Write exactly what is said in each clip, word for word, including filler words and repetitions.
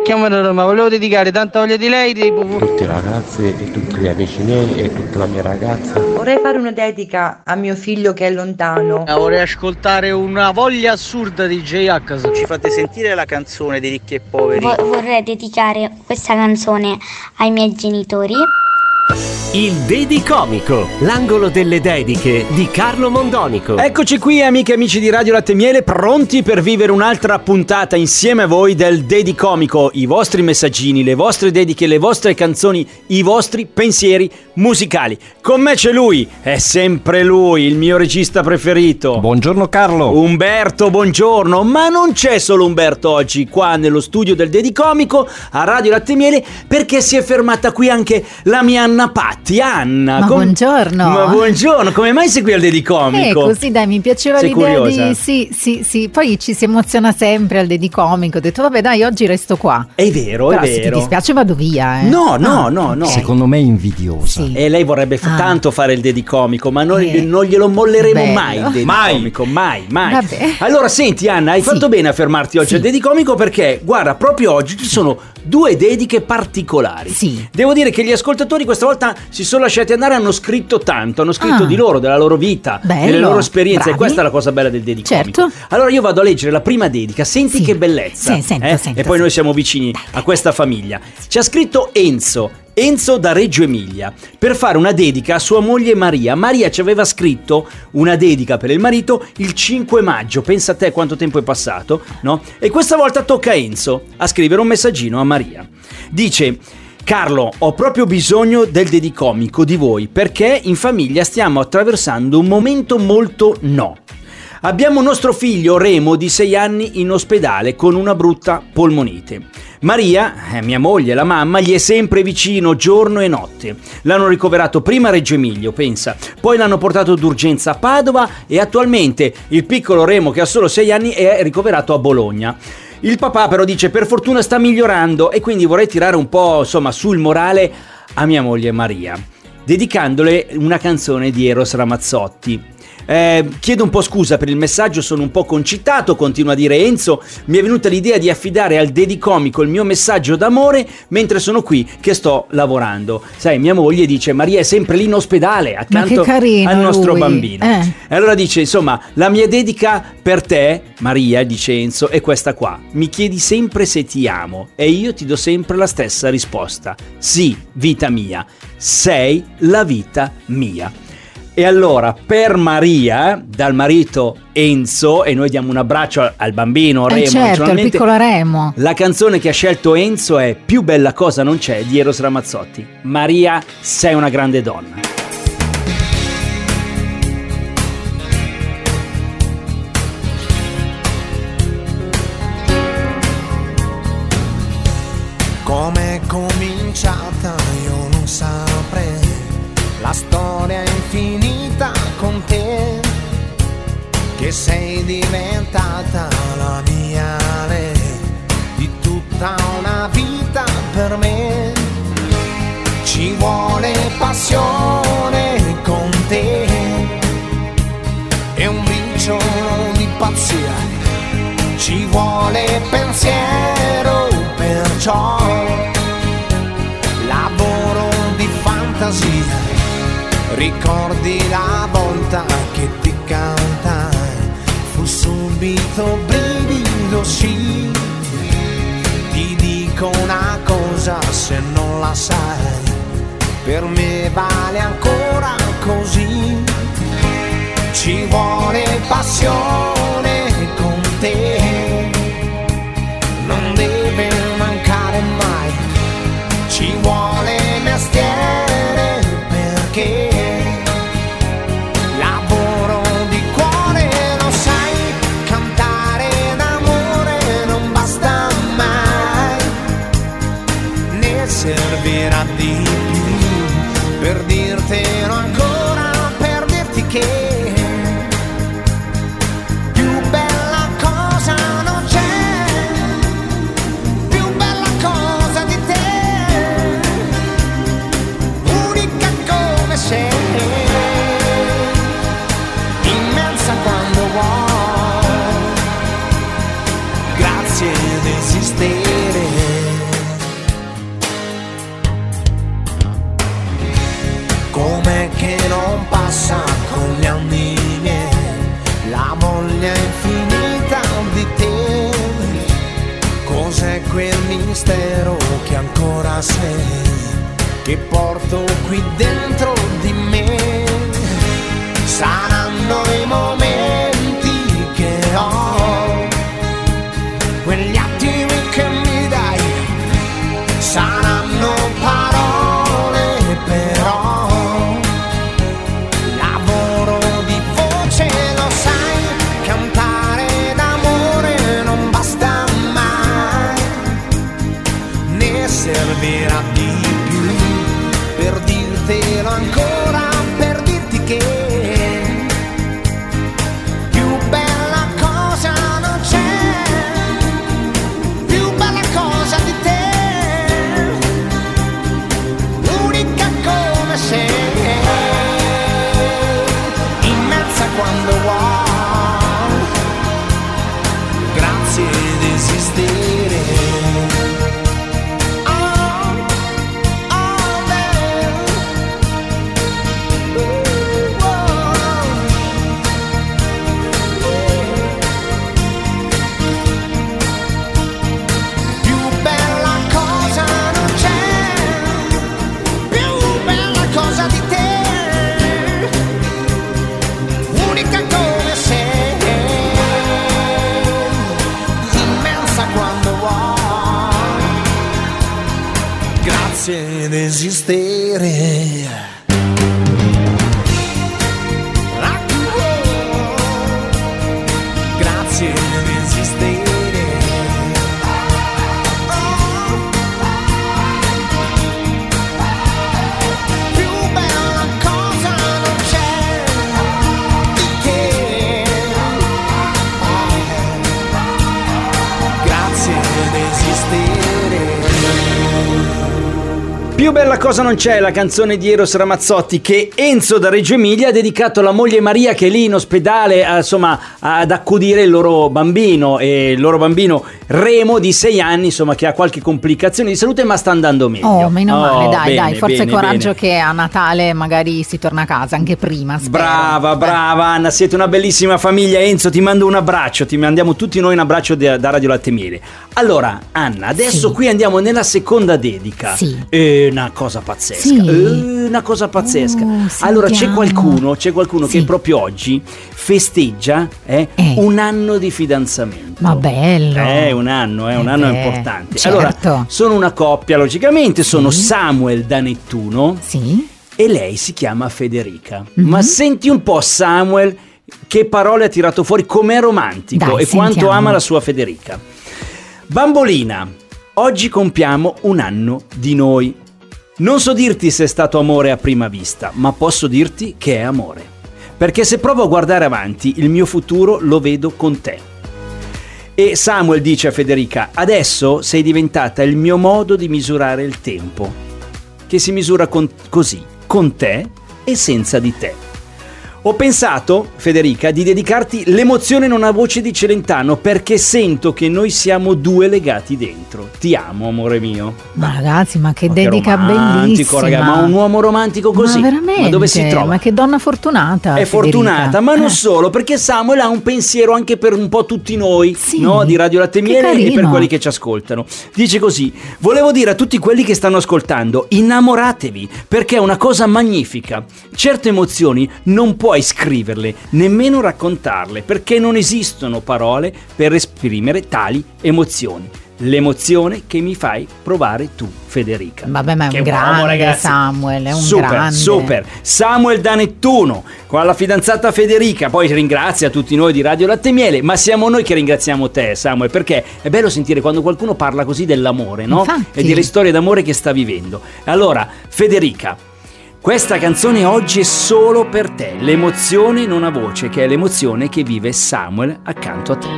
chiamo da Roma, volevo dedicare tanta voglia di lei tipo... tutti i ragazzi e tutti gli amici miei e tutta la mia ragazza. Vorrei fare una dedica a mio figlio che è lontano. Vorrei ascoltare una voglia assurda di J-H. Ci fate sentire la canzone di Ricchi e Poveri? Vo- vorrei dedicare questa canzone ai miei genitori. Il Dedicomico, l'angolo delle dediche di Carlo Mondonico. Eccoci qui, amiche e amici di Radio Latte e Miele, pronti per vivere un'altra puntata insieme a voi del Dedicomico. I vostri messaggini, le vostre dediche, le vostre canzoni, i vostri pensieri musicali. Con me c'è lui, è sempre lui, il mio regista preferito. Buongiorno Carlo. Umberto, buongiorno. Ma non c'è solo Umberto oggi qua nello studio del Dedicomico a Radio Latte e Miele, perché si è fermata qui anche la mia Anna Patti. Anna, ma com- buongiorno. Ma buongiorno, come mai sei qui al Dedicomico? Eh, così dai, mi piaceva sei l'idea curiosa? di sì, sì, sì. Poi ci si emoziona sempre al Dedicomico. Ho detto vabbè dai, oggi resto qua. È vero, Però è se vero. ti dispiace vado via, eh. No, no, Ah, no, no. ok. Secondo me è invidiosa. Sì. E lei vorrebbe f- Ah. tanto fare il Dedicomico, ma noi Eh. non glielo molleremo Bello. mai il Dedicomico, mai, mai. Vabbè. Allora senti Anna, hai Sì. fatto bene a fermarti oggi Sì. al Dedicomico, perché guarda, proprio oggi ci sono due dediche particolari. Sì. Devo dire che gli ascoltatori questa volta si sono lasciati andare, hanno scritto tanto, hanno scritto Ah. di loro, della loro vita, Bello. delle loro esperienze, Bravi. e questa è la cosa bella del Dedicomico. Certo. Allora io vado a leggere la prima dedica, senti Sì. che bellezza. Sì, sento, eh? sento, E poi sì. noi siamo vicini a questa famiglia. Ci ha scritto Enzo. Enzo da Reggio Emilia, per fare una dedica a sua moglie Maria. Maria ci aveva scritto una dedica per il marito il cinque maggio, pensa a te quanto tempo è passato, no? E questa volta tocca a Enzo a scrivere un messaggino a Maria. Dice: Carlo, ho proprio bisogno del Dedicomico di voi, perché in famiglia stiamo attraversando un momento molto no. Abbiamo nostro figlio Remo di sei anni in ospedale con una brutta polmonite. Maria, eh, mia moglie, la mamma, gli è sempre vicino giorno e notte. L'hanno ricoverato prima a Reggio Emilia, pensa, poi l'hanno portato d'urgenza a Padova e attualmente il piccolo Remo, che ha solo sei anni, è ricoverato a Bologna. Il papà però dice per fortuna sta migliorando, e quindi vorrei tirare un po', insomma, sul morale a mia moglie Maria, dedicandole una canzone di Eros Ramazzotti. Eh, chiedo un po' scusa per il messaggio, sono un po' concitato, continua a dire Enzo. Mi è venuta l'idea di affidare al Dedicomico il mio messaggio d'amore mentre sono qui che sto lavorando. Sai, mia moglie dice Maria è sempre lì in ospedale accanto carino al nostro lui. bambino. Eh. E allora dice, insomma, la mia dedica per te, Maria, dice Enzo, è questa qua. Mi chiedi sempre se ti amo e io ti do sempre la stessa risposta. Sì, vita mia, sei la vita mia. E allora per Maria, dal marito Enzo, e noi diamo un abbraccio al bambino Remo, Eh certo, il naturalmente, piccolo Remo. la canzone che ha scelto Enzo è Più bella cosa non c'è di Eros Ramazzotti. Maria, sei una grande donna. Com'è cominciata io non saprei, la storia è infinita con te, che sei diventata la mia lei, di tutta una vita per me. Ci vuole passione con te e un briciolo di pazzia, ci vuole pensiero, perciò lavoro di fantasia. Ricordi la volta che ti cantai, fu subito brivido, sì. Ti dico una cosa se non la sai, per me vale ancora così. Ci vuole passione con te, non deve mancare mai. Ci vuole mestiere perché lavoro di cuore, lo sai, cantare d'amore non basta mai, ne servirà di più per dirtelo ancora, per dirti che più bella cosa non che non passa con gli anni miei, la voglia infinita di te. Cos'è quel mistero che ancora sei, che porto qui dentro di me? Saranno i momenti che ho, quegli attimi che mi dai, saranno parole però, lavoro di voce lo sai, cantare d'amore non basta mai, ne servirà di più per dirtelo ancora, per dirti che ed esistere. Grazie ed esistere. Più bella cosa non c'è di te. Grazie ed esistere. Più bella cosa non c'è, la canzone di Eros Ramazzotti che Enzo da Reggio Emilia ha dedicato alla moglie Maria che è lì in ospedale a, insomma, ad accudire il loro bambino, e il loro bambino Remo di sei anni, insomma, che ha qualche complicazione di salute ma sta andando meglio. Oh, meno oh, male, dai, bene, dai, forza bene, e coraggio bene. che a Natale magari si torna a casa, anche prima, spero. Brava, brava Anna, siete una bellissima famiglia. Enzo, ti mando un abbraccio, ti mandiamo tutti noi un abbraccio da, da Radio Latte Miele. Allora, Anna, adesso Sì. qui andiamo nella seconda dedica. Sì. È una cosa pazzesca. Sì. Eh, una cosa pazzesca. Oh, allora, c'è sentiamo. qualcuno, c'è qualcuno Sì. che proprio oggi festeggia eh, Eh. un anno di fidanzamento. Ma bello. È un anno, è un Eh anno beh, importante. certo. Allora, sono una coppia, logicamente, sono Samuel da Nettuno Sì. e lei si chiama Federica. Mhm. Ma senti un po' Samuel che parole ha tirato fuori, com'è romantico Dai, e quanto sentiamo. ama la sua Federica. Bambolina, oggi compiamo un anno di noi. Non so dirti se è stato amore a prima vista, ma posso dirti che è amore. Perché se provo a guardare avanti, il mio futuro lo vedo con te. E Samuel dice a Federica: adesso sei diventata il mio modo di misurare il tempo, che si misura con, così, con te e senza di te. Ho pensato, Federica, di dedicarti L'emozione non ha voce di Celentano, perché sento che noi siamo due legati dentro. Ti amo, amore mio. Ma ragazzi, ma che Ma dedica romantico, bellissima. raga, ma un uomo romantico così. Ma veramente? Ma dove si trova? Ma che donna fortunata. È Federica. fortunata, ma non Eh. solo, perché Samuel ha un pensiero anche per un po' tutti noi, Sì, no? Di Radio Latte che Miele e per carino. quelli che ci ascoltano. Dice così: volevo dire a tutti quelli che stanno ascoltando, innamoratevi, perché è una cosa magnifica. Certe emozioni non puoi scriverle, nemmeno raccontarle, perché non esistono parole per esprimere tali emozioni. L'emozione che mi fai provare tu, Federica. Vabbè, ma è Che un uomo, grande ragazzi. Samuel, è un super, grande. super. Samuel da Nettuno con la fidanzata Federica, poi ringrazia tutti noi di Radio Latte Miele, ma siamo noi che ringraziamo te, Samuel, perché è bello sentire quando qualcuno parla così dell'amore, no? Infatti. E delle storie d'amore che sta vivendo. Allora, Federica, questa canzone oggi è solo per te. L'emozione non ha voce, che è l'emozione che vive Samuel accanto a te.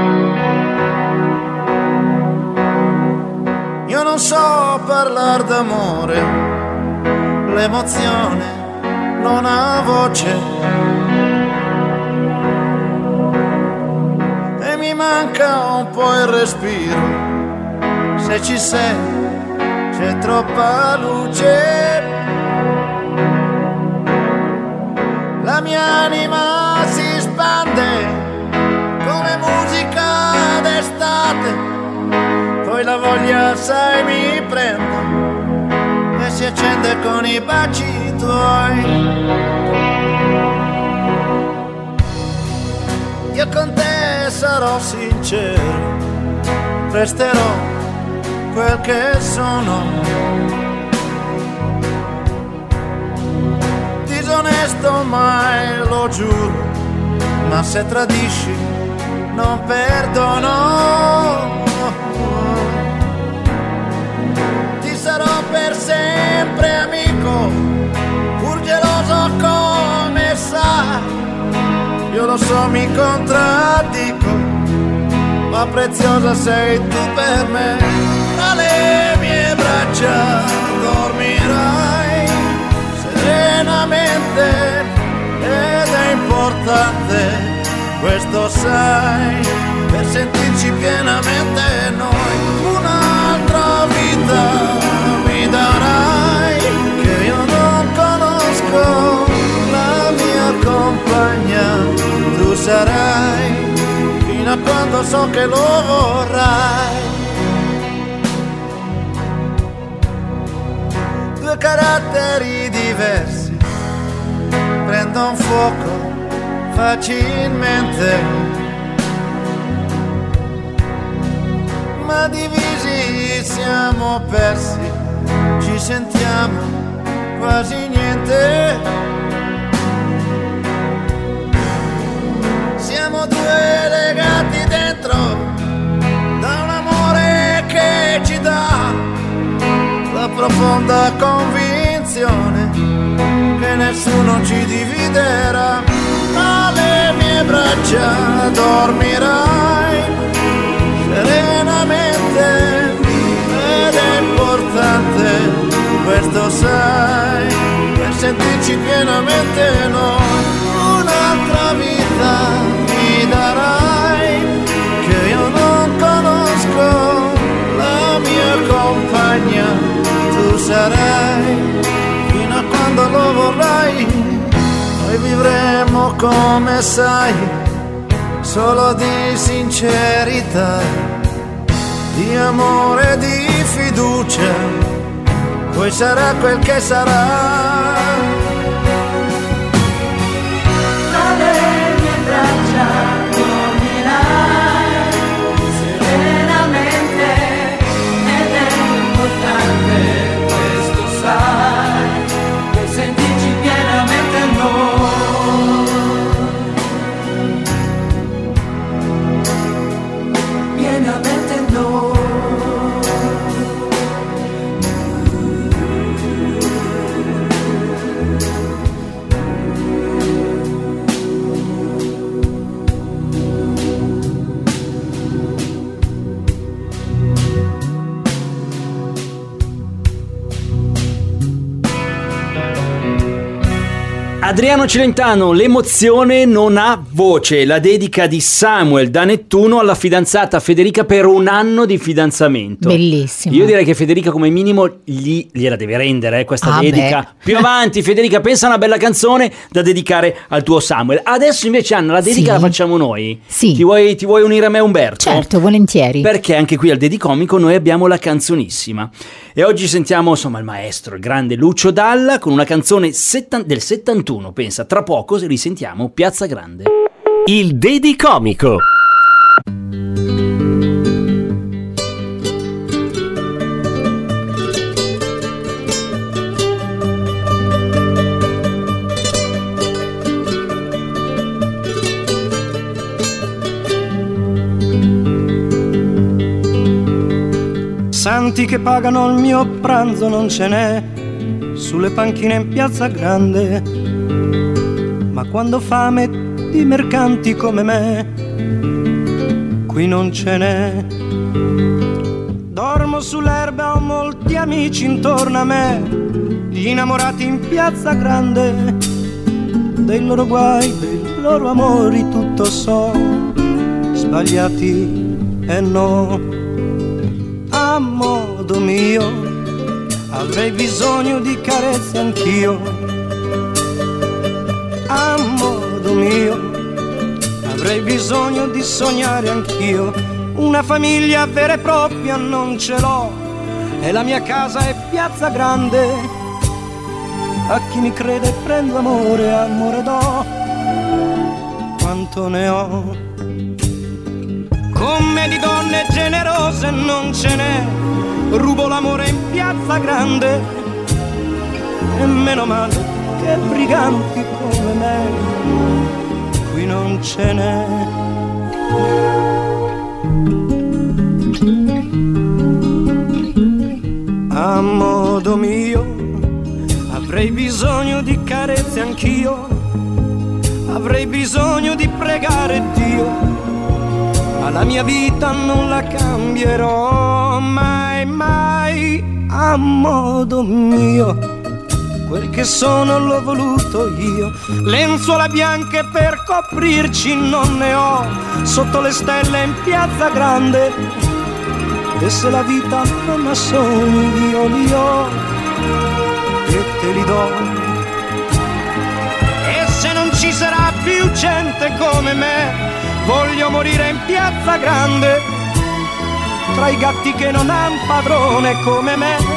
Io non so parlare d'amore, l'emozione non ha voce e mi manca un po' il respiro. Se ci sei c'è troppa luce, la mia anima si spande come musica d'estate, poi la voglia sai mi prende e si accende con i baci tuoi. Io con te sarò sincero, resterò quel che sono, disonesto mai lo giuro, ma se tradisci non perdono. Ti sarò per sempre amico, pur geloso come sai. Io lo so, mi contraddico, ma preziosa sei tu per me. Tra le mie braccia dormirai serenamente ed è importante, questo sai, per sentirci pienamente noi. Un'altra vita mi darai che io non conosco, la mia compagna tu sarai, fino a quando so che lo vorrai. Due caratteri diversi prendono fuoco facilmente, ma divisi siamo persi, ci sentiamo quasi niente. Siamo due legati dentro da un amore che ci dà la profonda convinzione che nessuno ci dividerà. Alle mie braccia dormirai serenamente ed è importante, questo sai, per sentirci pienamente noi. Un'altra vita mi darai che io non conosco, la mia compagna tu sarai, fino a quando lo vorrai. Noi vivremo come sai, solo di sincerità, di amore, di fiducia, poi sarà quel che sarà. Adriano Celentano, l'emozione non ha voce, la dedica di Samuel da Nettuno alla fidanzata Federica per un anno di fidanzamento. Bellissimo. Io direi che Federica come minimo gli, gliela deve rendere eh, questa ah dedica. Beh. Più avanti Federica, pensa a una bella canzone da dedicare al tuo Samuel. Adesso invece Anna, la dedica sì. la facciamo noi. Sì. Ti vuoi, ti vuoi unire a me Umberto? Certo, volentieri. Perché anche qui al Dedicomico noi abbiamo la canzonissima. E oggi sentiamo insomma il maestro, il grande Lucio Dalla con una canzone settan- del settantuno. Pensa, tra poco risentiamo Piazza Grande. Il Dedicomico. Santi che pagano il mio pranzo non ce n'è sulle panchine in Piazza Grande, ma quando fame di mercanti come me qui non ce n'è. Dormo sull'erba, ho molti amici intorno a me, gli innamorati in Piazza Grande, dei loro guai, dei loro amori tutto so, sbagliati e no. A modo mio avrei bisogno di carezze anch'io, a modo mio. Avrei bisogno di sognare anch'io, una famiglia vera e propria non ce l'ho, e la mia casa è piazza grande. A chi mi crede prendo amore, amore do, quanto ne ho. Come di donne generose non ce n'è, rubo l'amore in piazza grande, e meno male che briganti come me qui non ce n'è. A modo mio avrei bisogno di carezze anch'io, avrei bisogno di pregare Dio, ma la mia vita non la cambierò mai, mai. A modo mio quel che sono l'ho voluto io, lenzuola bianche per coprirci non ne ho, sotto le stelle in piazza grande, e se la vita non ha sogni io li ho e te li do. E se non ci sarà più gente come me, voglio morire in piazza grande, tra i gatti che non han padrone come me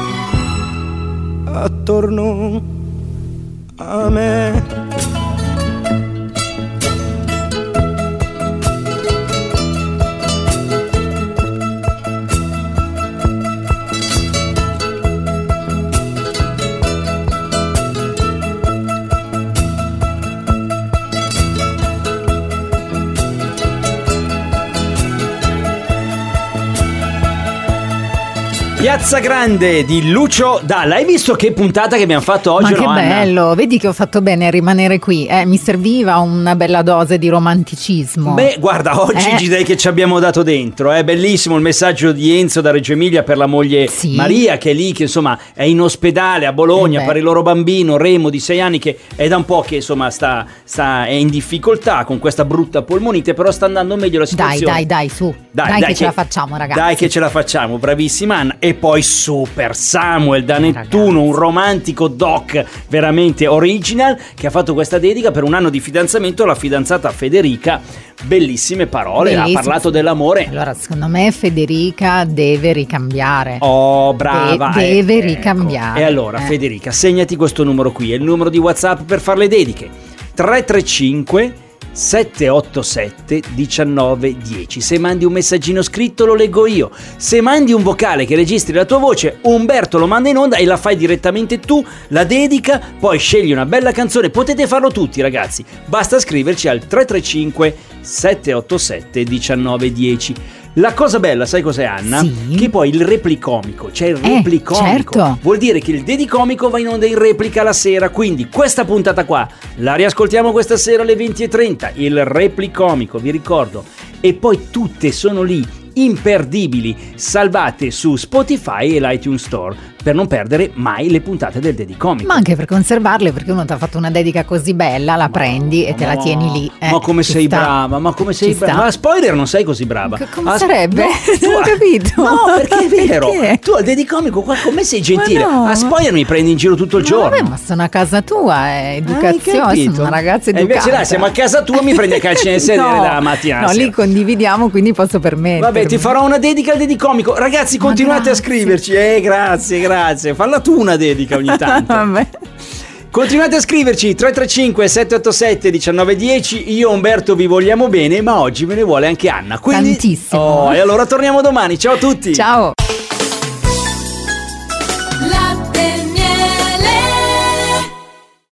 attorno a me. Piazza Grande di Lucio Dalla. Hai visto che puntata che abbiamo fatto oggi? Ma che no, bello, vedi che ho fatto bene a rimanere qui, eh, mi serviva una bella dose di romanticismo. Beh, guarda, oggi eh. direi che ci abbiamo dato dentro, è bellissimo il messaggio di Enzo da Reggio Emilia per la moglie sì. Maria, che è lì, che insomma è in ospedale a Bologna eh per il loro bambino Remo di sei anni, che è da un po' che insomma sta, sta è in difficoltà con questa brutta polmonite, però sta andando meglio la situazione. Dai, dai, dai, su, dai, dai, dai che, che ce la facciamo, ragazzi. Dai che ce la facciamo, bravissima Anna. E poi Super Samuel da Nettuno, ragazzi, un romantico doc veramente original, che ha fatto questa dedica per un anno di fidanzamento alla fidanzata Federica. Bellissime parole, Bellissimo. Ha parlato dell'amore. Allora, secondo me Federica deve ricambiare. Oh, brava. De- deve eh, ricambiare. Ecco. E allora, eh. Federica, segnati questo numero qui, è il numero di WhatsApp per fare le dediche. tre tre cinque sette otto sette uno nove uno zero. Se mandi un messaggino scritto lo leggo io, se mandi un vocale che registri la tua voce Umberto lo manda in onda e la fai direttamente tu, la dedica, poi scegli una bella canzone. Potete farlo tutti, ragazzi, basta scriverci al tre tre cinque sette otto sette uno nove uno zero. La cosa bella, sai cos'è, Anna? Sì. Che poi il replicomico, cioè il Eh, replicomico, certo. vuol dire che il dedicomico va in onda in replica la sera, quindi questa puntata qua la riascoltiamo questa sera alle venti e trenta, il replicomico, vi ricordo, e poi tutte sono lì, imperdibili, salvate su Spotify e l'iTunes Store, per non perdere mai le puntate del dedicomico. Ma anche per conservarle, perché uno ti ha fatto una dedica così bella, la prendi e te la tieni lì. Eh, ma come sei sta. brava, ma come sei Ci brava. sta. Ma spoiler non sei così brava. C- come Ah, sarebbe? no, tu- Non ho capito. No, perché è vero. Perché? Tu al dedicomico qua con me sei gentile. Ma no. A spoiler mi prendi in giro tutto il No, giorno. vabbè, ma sono a casa tua, è educazione, Hai capito? sono una ragazza E educata. invece là, siamo a casa tua, mi prendi a calci nel sedere No, dalla mattina alla No, sera. lì condividiamo, quindi posso permettermi. Vabbè, ti farò una dedica al dedicomico. Ragazzi, Ma continuate grazie. a scriverci. Eh, grazie, grazie. Falla tu una dedica ogni tanto. Vabbè. Continuate a scriverci tre tre cinque sette otto sette uno nove uno zero. Io e Umberto vi vogliamo bene, ma oggi me ne vuole anche Anna. Quindi... Tantissimo. Oh, e allora torniamo domani. Ciao a tutti. Ciao.